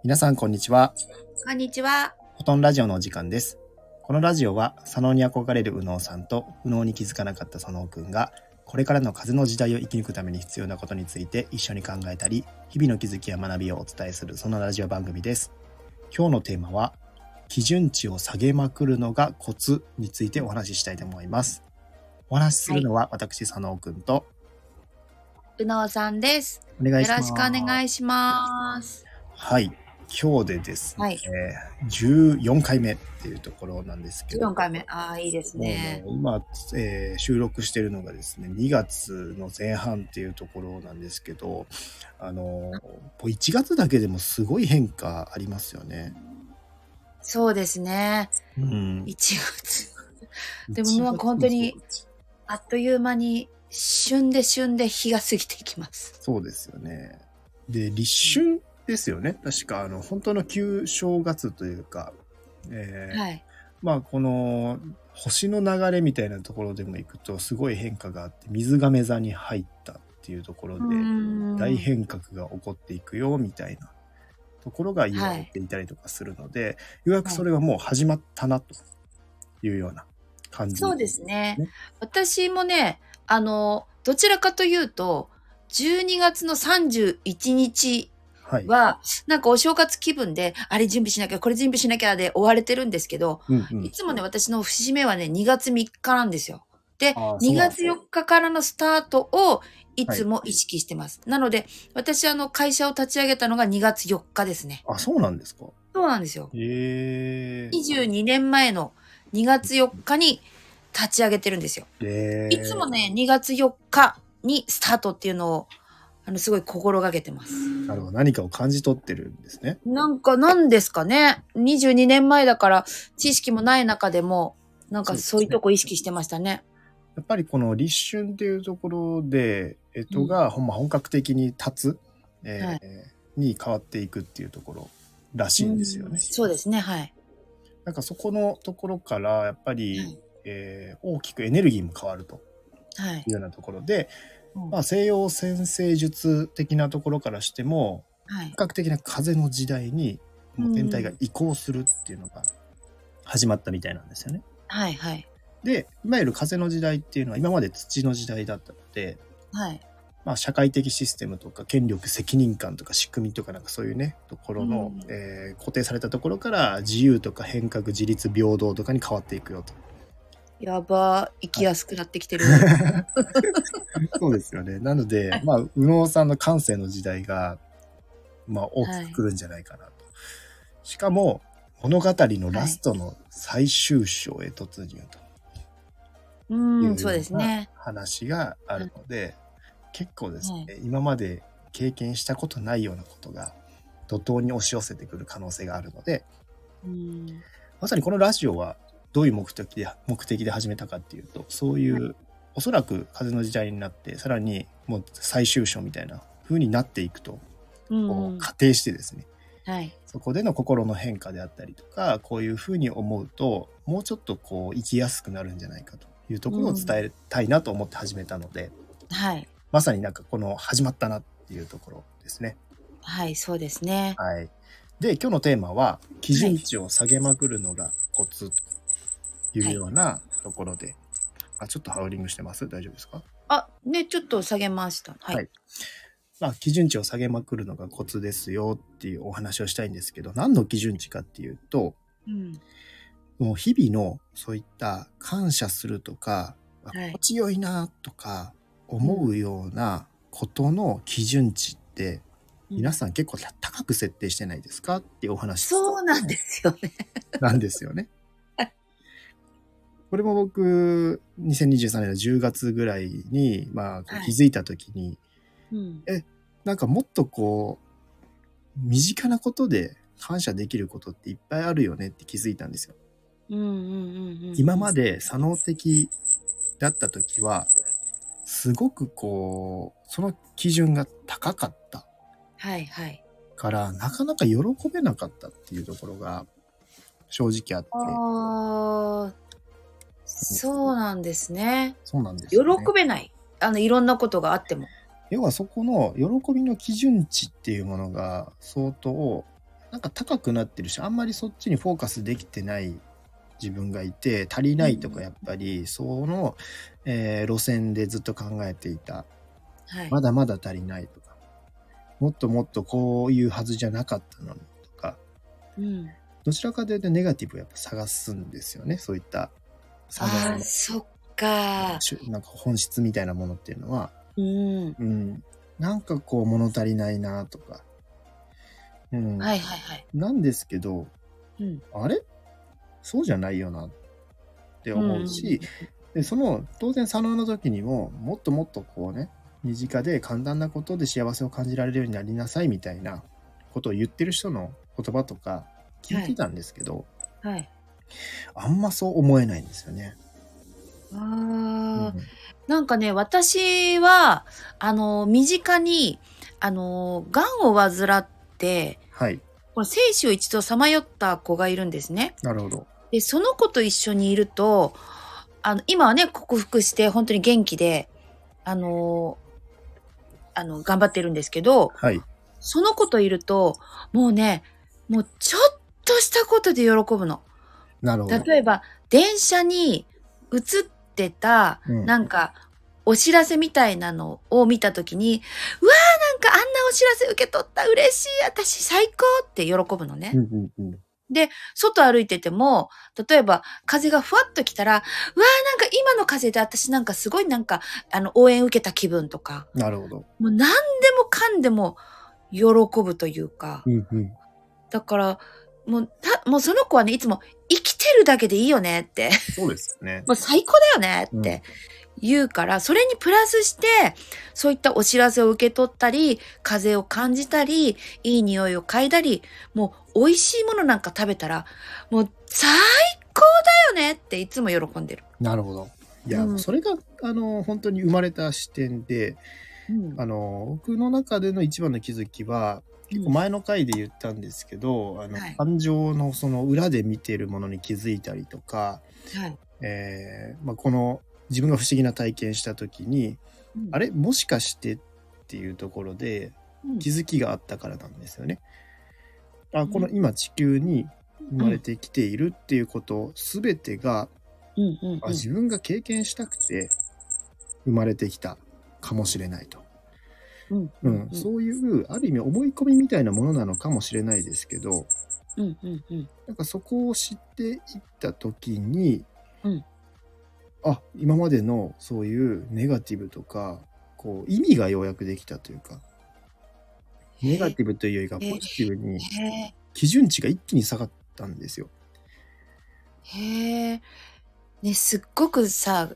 皆さんこんにちは。 こんにちは。 フォトンラジオのお時間です。このラジオは左脳に憧れる右脳さんと右脳に気づかなかった左脳くんがこれからの風の時代を生き抜くために必要なことについて一緒に考えたり、日々の気づきや学びをお伝えするそのラジオ番組です。今日のテーマは基準値を下げまくるのがコツについてお話ししたいと思います。お話しするのは私左脳くんと右脳さんです。 お願いします。 よろしくお願いします。 はい。今日でですね、 はい、 14回目っていうところなんですけど、 14回目。いいですね。 今、収録しているのがですね、2月の前半っていうところなんですけど、1月だけでもすごい変化ありますよね。 そうですね。1月。でももう本当にあっという間に旬で日が過ぎていきます。 そうですよね。で、立春ですよね。確か本当の旧正月というか、 はい。 この星の流れみたいなところでも行くとすごい変化があって、水亀座に入ったっていうところで大変革が起こっていくよみたいなところが言われていたりとかするので、ようやくそれがもう始まったなというような感じ、 そうですね。私もね、どちらかというと12月の31日は、なんかお正月気分で、あれ準備しなきゃ、これ準備しなきゃで追われてるんですけど、いつもね、私の節目はね、2月3日なんですよ。で、2月4日からのスタートをいつも意識してます。なので、私会社を立ち上げたのが2月4日ですね。 あ、そうなんですか。 そうなんですよ。22年前の2月4日に立ち上げてるんですよ。いつもね、2月4日にスタートっていうのをすごい心がけてます。 なるほど。何かを感じ取ってるんですね。 なんですかね。22年前だから知識もない中でも、なんかそういうとこ意識してましたね。 やっぱりこの立春っていうところで、が本格的に立つ、に変わっていくっていうところらしいんですよね。 そうですね。はい。 なんかそこのところからやっぱり、大きくエネルギーも変わるというようなところで、西洋占星術的なところからしても、本格的な風の時代にもう全体が移行するっていうのが始まったみたいなんですよね。 はいはい。 で、いわゆる風の時代っていうのは今まで土の時代だったので、社会的システムとか権力責任感とか仕組みとかなんかそういうねところの、固定されたところから自由とか変革自立平等とかに変わっていくよと。 やば、生きやすくなってきてる。 そうですよね。なので、右脳さんの感性の時代が、大きく来るんじゃないかなと。しかも、物語のラストの最終章へ突入と。 そうですね。 話があるので、結構ですね、今まで経験したことないようなことが怒涛に押し寄せてくる可能性があるので、まさにこのラジオはどういう目的で始めたかっていうと、そういう、おそらく風の時代になってさらにもう最終章みたいな風になっていくと、仮定してですね、そこでの心の変化であったりとか、こういう風に思うともうちょっとこう生きやすくなるんじゃないかというところを伝えたいなと思って始めたので、まさになんかこの始まったなっていうところですね。 はい、そうですね。 はい。で、今日のテーマは基準値を下げまくるのがコツというようなところで、ちょっとハウリングしてます？大丈夫ですか？ ちょっと下げました。はい。 基準値を下げまくるのがコツですよっていうお話をしたいんですけど、何の基準値かっていうと、もう日々のそういった感謝するとか、心地よいなとか思うようなことの基準値って、皆さん結構高く設定してないですかっていうお話。 そうなんですよね。 なんですよね。これも僕2023年の10月ぐらいに気づいた時に、なんかもっとこう身近なことで感謝できることっていっぱいあるよねって気づいたんですよ。今まで左脳的だった時はすごくこうその基準が高かったからなかなか喜べなかったっていうところが正直あって。 そうなんですね。 そうなんですよね。 喜べない。いろんなことがあっても。 要はそこの喜びの基準値っていうものが相当なんか高くなってるし、あんまりそっちにフォーカスできてない自分がいて、足りないとかやっぱりその、路線でずっと考えていた、 はい。 まだまだ足りないとか、もっともっとこういうはずじゃなかったのにとか、 うん。 どちらかというとネガティブをやっぱ探すんですよね。そういったそっか。 なんか本質みたいなものっていうのは、 うん。 なんかこう物足りないなとか、 はいはいはい。 なんですけど、あれそうじゃないよなって思うし、でその当然左脳の時にももっともっとこうね、身近で簡単なことで幸せを感じられるようになりなさいみたいなことを言ってる人の言葉とか聞いてたんですけど、 はい。 あんまそう思えないんですよね。 なんかね、私は、身近に、癌を患って、 はい。 これ生死を一度さまよった子がいるんですね。 なるほど。 で、その子と一緒にいると、今はね、克服して本当に元気で、頑張ってるんですけど、 はい。 その子といると、もうね、もうちょっとしたことで喜ぶの。 なるほど。 例えば、電車に映ってた、なんか、お知らせみたいなのを見たときに、うわーなんかあんなお知らせ受け取った、嬉しい、私最高って喜ぶのね。で、外歩いてても、例えば風がふわっと来たら、うわーなんか今の風で私なんかすごいなんか、応援受けた気分とか。 なるほど。 もう何でもかんでも喜ぶというか。だから、もうその子はね、いつも生きてるだけでいいよねって。 そうですね。 もう最高だよねって言うから、それにプラスして、そういったお知らせを受け取ったり、風を感じたり、いい匂いを嗅いだり、もう美味しいものなんか食べたら、もう最高だよねっていつも喜んでる。 なるほど。いや、それが、本当に生まれた視点で、僕の中での一番の気づきは、結構前の回で言ったんですけど、感情のその裏で見ているものに気づいたりとか、この自分が不思議な体験した時に、あれもしかしてっていうところで気づきがあったからなんですよね。この今地球に生まれてきているっていうこと全てが、自分が経験したくて生まれてきたかもしれないと。そういうある意味思い込みみたいなものなのかもしれないですけど、なんかそこを知っていった時に、今までのそういうネガティブとかこう意味がようやくできたというか、ネガティブというよりかポジティブに基準値が一気に下がったんですよ。 へえ。ね、すっごくさ、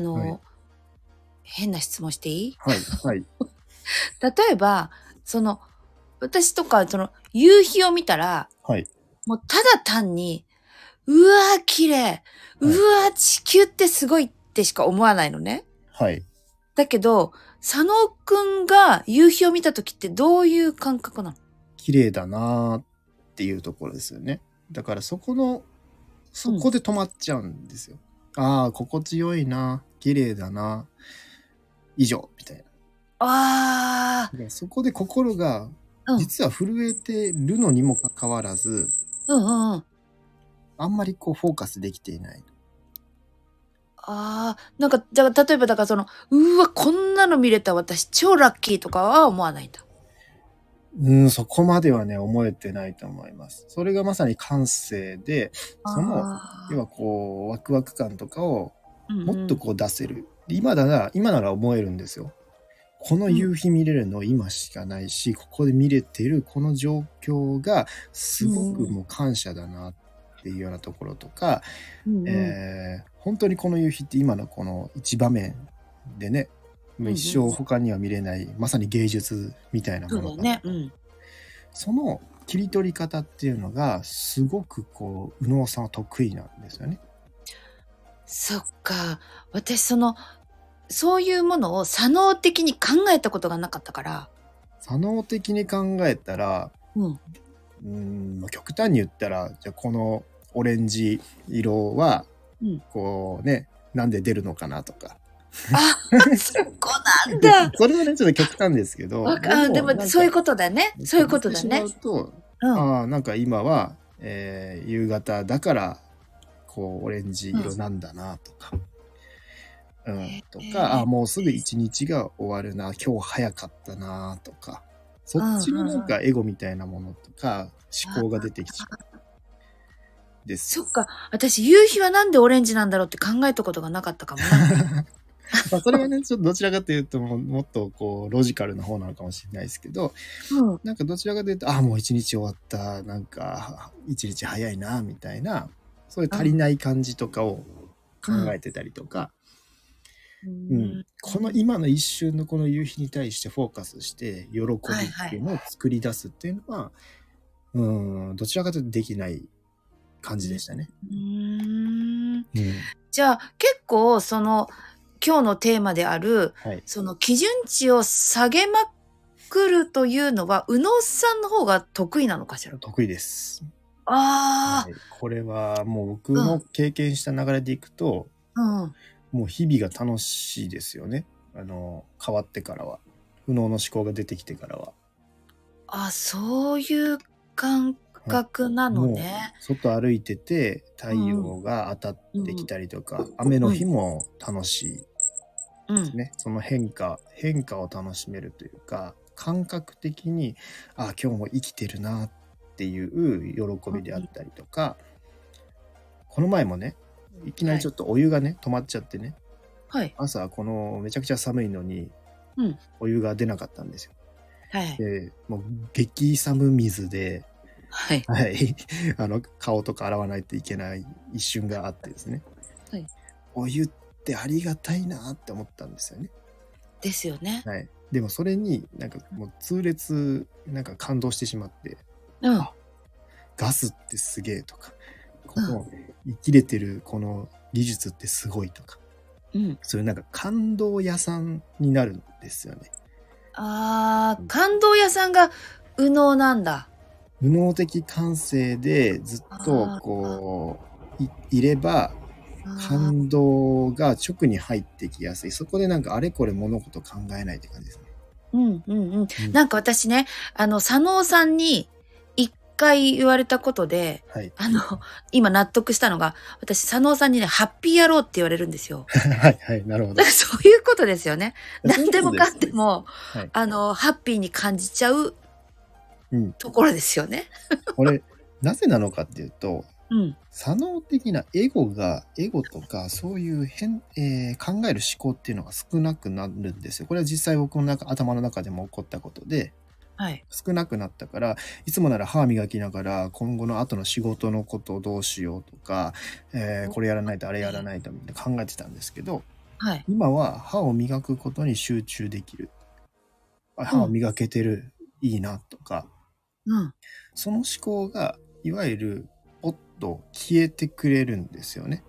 変な質問していい？ はいはい。 例えば、私とか、夕日を見たら、もうただ単に、うわー綺麗、うわー地球ってすごいってしか思わないのね。だけど、佐野くんが夕日を見たときってどういう感覚なの？ 綺麗だなーっていうところですよね。だからそこで止まっちゃうんですよ。心地よいな、綺麗だな、以上みたいな。そこで心が実は震えてるのにもかかわらず、あんまりこうフォーカスできていない。 なんか、じゃあ例えばだからうわ、こんなの見れた私超ラッキーとかは思わないんだ。 そこまではね、思えてないと思います。それがまさに感性で、要はこう、ワクワク感とかをもっとこう出せる。今なら思えるんですよ。この夕日見れるの今しかないし、ここで見れてるこの状況がすごくもう感謝だなっていうようなところとか、本当にこの夕日って今のこの一場面でね、一生他には見れないまさに芸術みたいなものが、その切り取り方っていうのがすごくこう右脳さんは得意なんですよね。 そっか。私そういうものを左脳的に考えたことがなかったから。 左脳的に考えたら、極端に言ったら、じゃあこのオレンジ色はこうね、なんで出るのかなとか。 そこなんだ。 それはね、ちょっと極端ですけど。 でもそういうことだね。そういうことだね。 なんか今は、夕方だからこうオレンジ色なんだなとか、とか、もうすぐ一日が終わるな、今日早かったなとか、そっちのなんかエゴみたいなものとか思考が出てきちゃう。です。 そっか。私、夕日はなんでオレンジなんだろうって考えたことがなかったかもな。 それはね、ちょっとどちらかというともっとこうロジカルな方なのかもしれないですけど、なんかどちらかというと、もう一日終わった、なんか一日早いなみたいな、そういう足りない感じとかを考えてたりとか、この今の一瞬のこの夕日に対してフォーカスして喜びっていうのを作り出すっていうのは、どちらかというとできない感じでしたね。 じゃあ結構その今日のテーマである、その基準値を下げまくるというのは右脳さんの方が得意なのかしら？ 得意です。 これはもう僕の経験した流れでいくと、もう日々が楽しいですよね。変わってからは。右脳の思考が出てきてからは。 そういう感覚なのね。 外歩いてて太陽が当たってきたりとか、雨の日も楽しいですね。その変化を楽しめるというか、感覚的に今日も生きてるなっていう喜びであったりとか、この前もね、いきなりちょっとお湯がね止まっちゃってね、朝このめちゃくちゃ寒いのに、お湯が出なかったんですよ。でもう激寒水で、顔とか洗わないといけない一瞬があってですね、お湯ってありがたいなって思ったんですよね。 ですよね。 でもそれになんかもう痛烈なんか感動してしまって、ガスってすげえとか、この生きれてるこの技術ってすごいとか、そういうなんか感動屋さんになるんですよね。 感動屋さんが右脳なんだ。 右脳的感性でずっとこういれば感動が直に入ってきやすい。そこでなんかあれこれ物事考えないって感じですね。 なんか私ね、左脳さんに一回言われたことで、今納得したのが、私左脳さんにね、ハッピー野郎って言われるんですよ。 なるほど。 そういうことですよね。何でもかんでも、ハッピーに感じちゃうところですよね。 これなぜなのかっていうと、左脳的なエゴとかそういう考える思考っていうのが少なくなるんですよ。これは実際僕の頭の中でも起こったことで、少なくなったから、いつもなら歯磨きながら今後の後の仕事のことをどうしようとか、これやらないとあれやらないとみたいな考えてたんですけど、今は歯を磨くことに集中できる。歯を磨けてる、いいなとか、その思考がいわゆるポッと消えてくれるんですよね。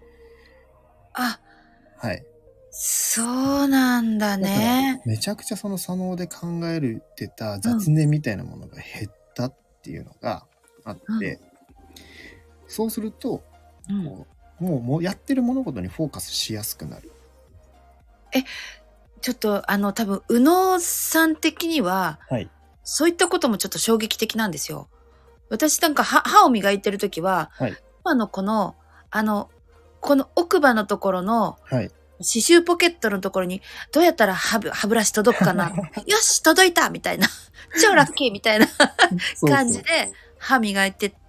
そうなんだね。 めちゃくちゃその左脳で考えてた雑念みたいなものが減ったっていうのがあって、そうすると、もうやってる物事にフォーカスしやすくなる。 ちょっと多分右脳さん的には、そういったこともちょっと衝撃的なんですよ。私なんか歯を磨いてるときは、今のこの奥歯のところの、刺繍ポケットのところにどうやったら歯ブラシ届くかなよし届いたみたいな超ラッキーみたいな感じで歯磨いてって、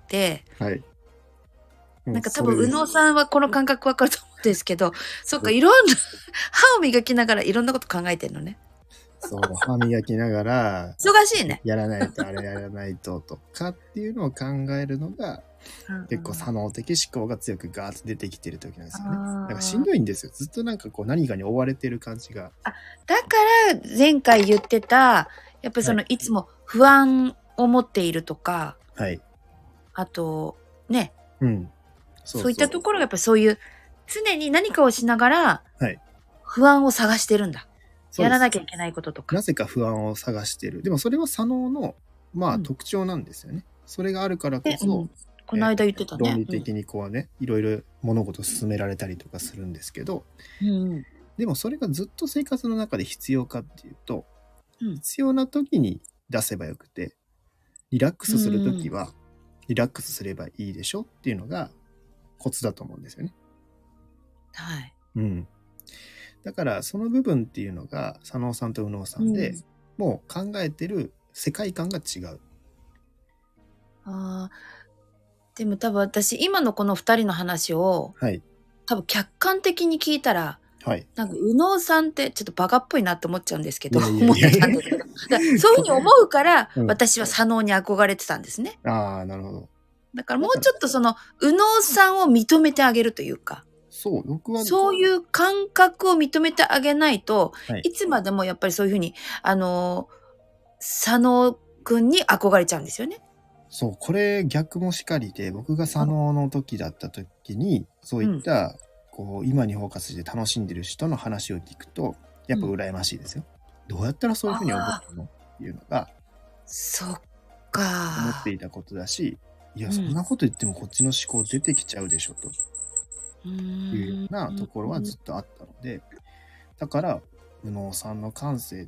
なんか多分右脳さんはこの感覚わかると思うんですけど、そっか、いろんな歯を磨きながらいろんなこと考えてるのね。 歯磨きながら忙しいね。 やらないとあれやらないととかっていうのを考えるのが結構左脳的思考が強くガーッと出てきてる時なんですよね。なんかしんどいんですよ。ずっとなんかこう何かに追われてる感じが。 だから前回言ってたやっぱりその、いつも不安を持っているとか、あとね、そういったところがやっぱりそういう常に何かをしながら不安を探してるんだ。やらなきゃいけないこととか。 なぜか不安を探してる。でもそれは左脳の特徴なんですよね。それがあるからこそ、 この間言ってたね。 論理的にこうね、いろいろ物事を進められたりとかするんですけど、でもそれがずっと生活の中で必要かっていうと、必要な時に出せばよくて、 リラックスするときは、リラックスすればいいでしょっていうのがコツだと思うんですよね。 はい。 うん。だからその部分っていうのが左脳さんと右脳さんで、もう考えてる世界観が違う。 でも多分私今のこの2人の話を、 はい、 多分客観的に聞いたら、 はい、 なんか右脳さんってちょっとバカっぽいなって思っちゃうんですけど、 思ってたんですけど、そういうふうに思うから、私は左脳に憧れてたんですね。 ああ、なるほど。 だからもうちょっとその右脳さんを認めてあげるというか、 僕はそういう感覚を認めてあげないと、いつまでもやっぱりそういうふうに左脳くんに憧れちゃうんですよね。 そう、これ逆もしかりで、僕が左脳の時だった時に、そういった、こう、今にフォーカスして楽しんでる人の話を聞くと、やっぱ羨ましいですよ。どうやったらそういうふうに思うのっていうのが、 そっか。 思っていたことだし、いや、そんなこと言ってもこっちの思考出てきちゃうでしょ、というようなところはずっとあったので、だから、右脳さんの感性って、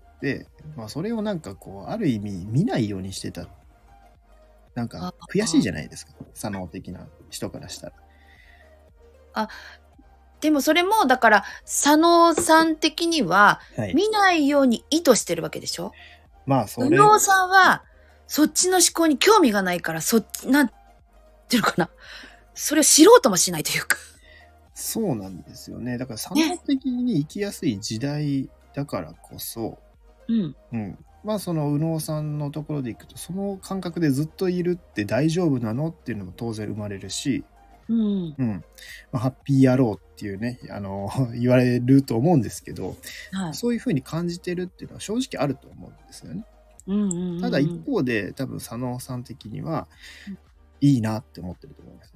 まあ、それをなんかこう、ある意味見ないようにしてた。なんか悔しいじゃないですか、左脳的な人からしたら。 でもそれもだから左脳さん的には見ないように意図してるわけでしょ。 まあそれ。 右脳さんはそっちの思考に興味がないから、なんていうのかな、それを知ろうともしないというか。 そうなんですよね。だから左脳的に生きやすい時代だからこそ、まあその右脳さんのところでいくと、その感覚でずっといるって大丈夫なのっていうのも当然生まれるし、まあ、ハッピー野郎っていうね、言われると思うんですけど、そういうふうに感じてるっていうのは正直あると思うんですよね。ただ一方で多分左脳さん的にはいいなって思ってると思うんですよ。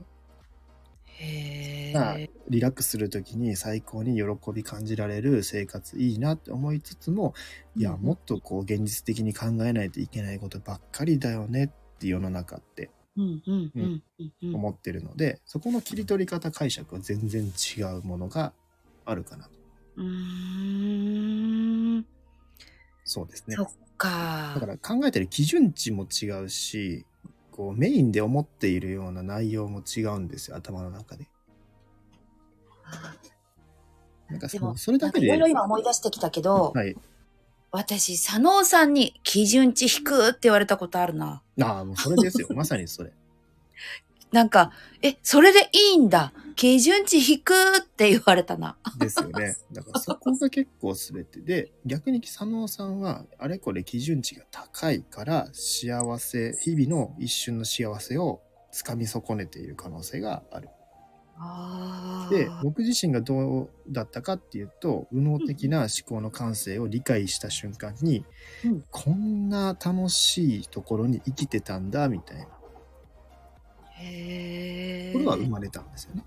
リラックスするときに最高に喜び感じられる生活いいなって思いつつも、いやもっとこう現実的に考えないといけないことばっかりだよねって世の中って思ってるので、そこの切り取り方解釈は全然違うものがあるかなと。そうですね。 そっか。 だから考えてる基準値も違うし、こうメインで思っているような内容も違うんですよ、頭の中で。なんかそれだけで。 いろいろ今思い出してきたけど、私、左脳さんに基準値低って言われたことあるな。 もうそれですよ。まさにそれ。 なんか、それでいいんだ。基準値低って言われたな。 ですよね。だからそこが結構全てで、逆に左脳さんはあれこれ基準値が高いから日々の一瞬の幸せをつかみ損ねている可能性がある。で、僕自身がどうだったかっていうと、右脳的な思考の感性を理解した瞬間に、こんな楽しいところに生きてたんだみたいな。これは生まれたんですよね。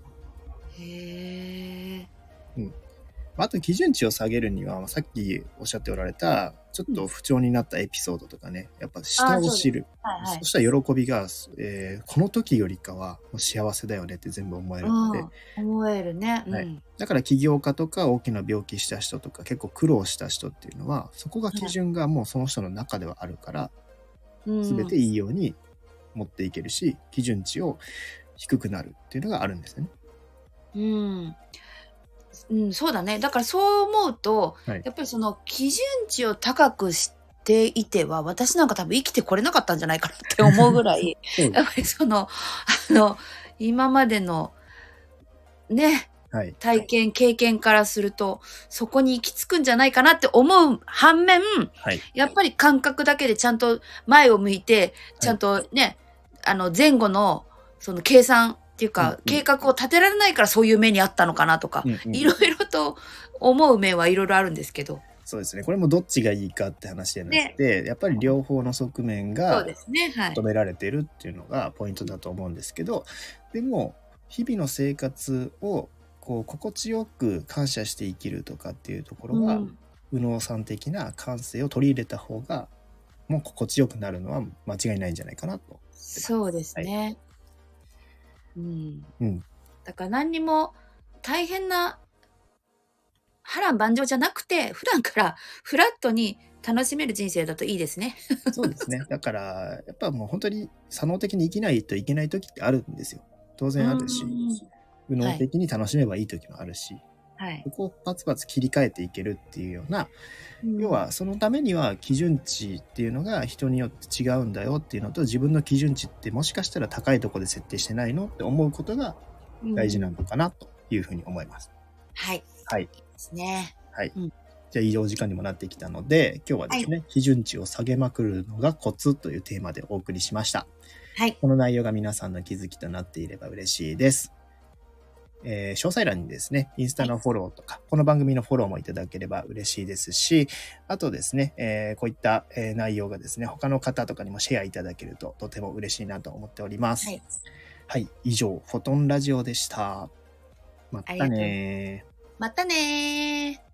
あと基準値を下げるには、さっきおっしゃっておられたちょっと不調になったエピソードとかね、やっぱ下を知る。そしたら喜びが、この時よりかは幸せだよねって全部思えるので。 思えるね。 だから起業家とか大きな病気した人とか結構苦労した人っていうのは、そこが基準がもうその人の中ではあるから、全ていいように持っていけるし、基準値を低くなるっていうのがあるんですよね。 そうだね。だからそう思うと、やっぱりその基準値を高くしていては、私なんか多分生きてこれなかったんじゃないかなって思うぐらい、やっぱりその、今までの、ね、体験、経験からすると、そこに行き着くんじゃないかなって思う反面、やっぱり感覚だけでちゃんと前を向いて、ちゃんとね、前後の、その計算、っていうか、計画を立てられないからそういう目にあったのかなとか、いろいろと思う面はいろいろあるんですけど。 そうですね。これもどっちがいいかって話じゃなくて、やっぱり両方の側面が求められているっていうのがポイントだと思うんですけど、でも日々の生活をこう心地よく感謝して生きるとかっていうところは、右脳さん的な感性を取り入れた方がもう心地よくなるのは間違いないんじゃないかなと。 そうですね。だから何にも大変な波乱万丈じゃなくて、普段からフラットに楽しめる人生だといいですね。 そうですね。だから、やっぱもう本当に作能的に生きないといけない時ってあるんですよ。当然あるし、右脳的に楽しめばいい時もあるし、はい、そこをパツパツ切り替えていけるっていうような、要はそのためには基準値っていうのが人によって違うんだよっていうのと、自分の基準値ってもしかしたら高いところで設定してないのって思うことが大事なのかなというふうに思います。 はい。 はい。 ですね。 はい。じゃあ、以上時間にもなってきたので、今日はですね、はい、基準値を下げまくるのがコツというテーマでお送りしました。はい。この内容が皆さんの気づきとなっていれば嬉しいです。詳細欄にですね、インスタのフォローとか、はい、この番組のフォローもいただければ嬉しいですし、あとですね、こういった、内容がですね、他の方とかにもシェアいただけるととても嬉しいなと思っております。はい。はい、以上、フォトンラジオでした。またねー。 またねー。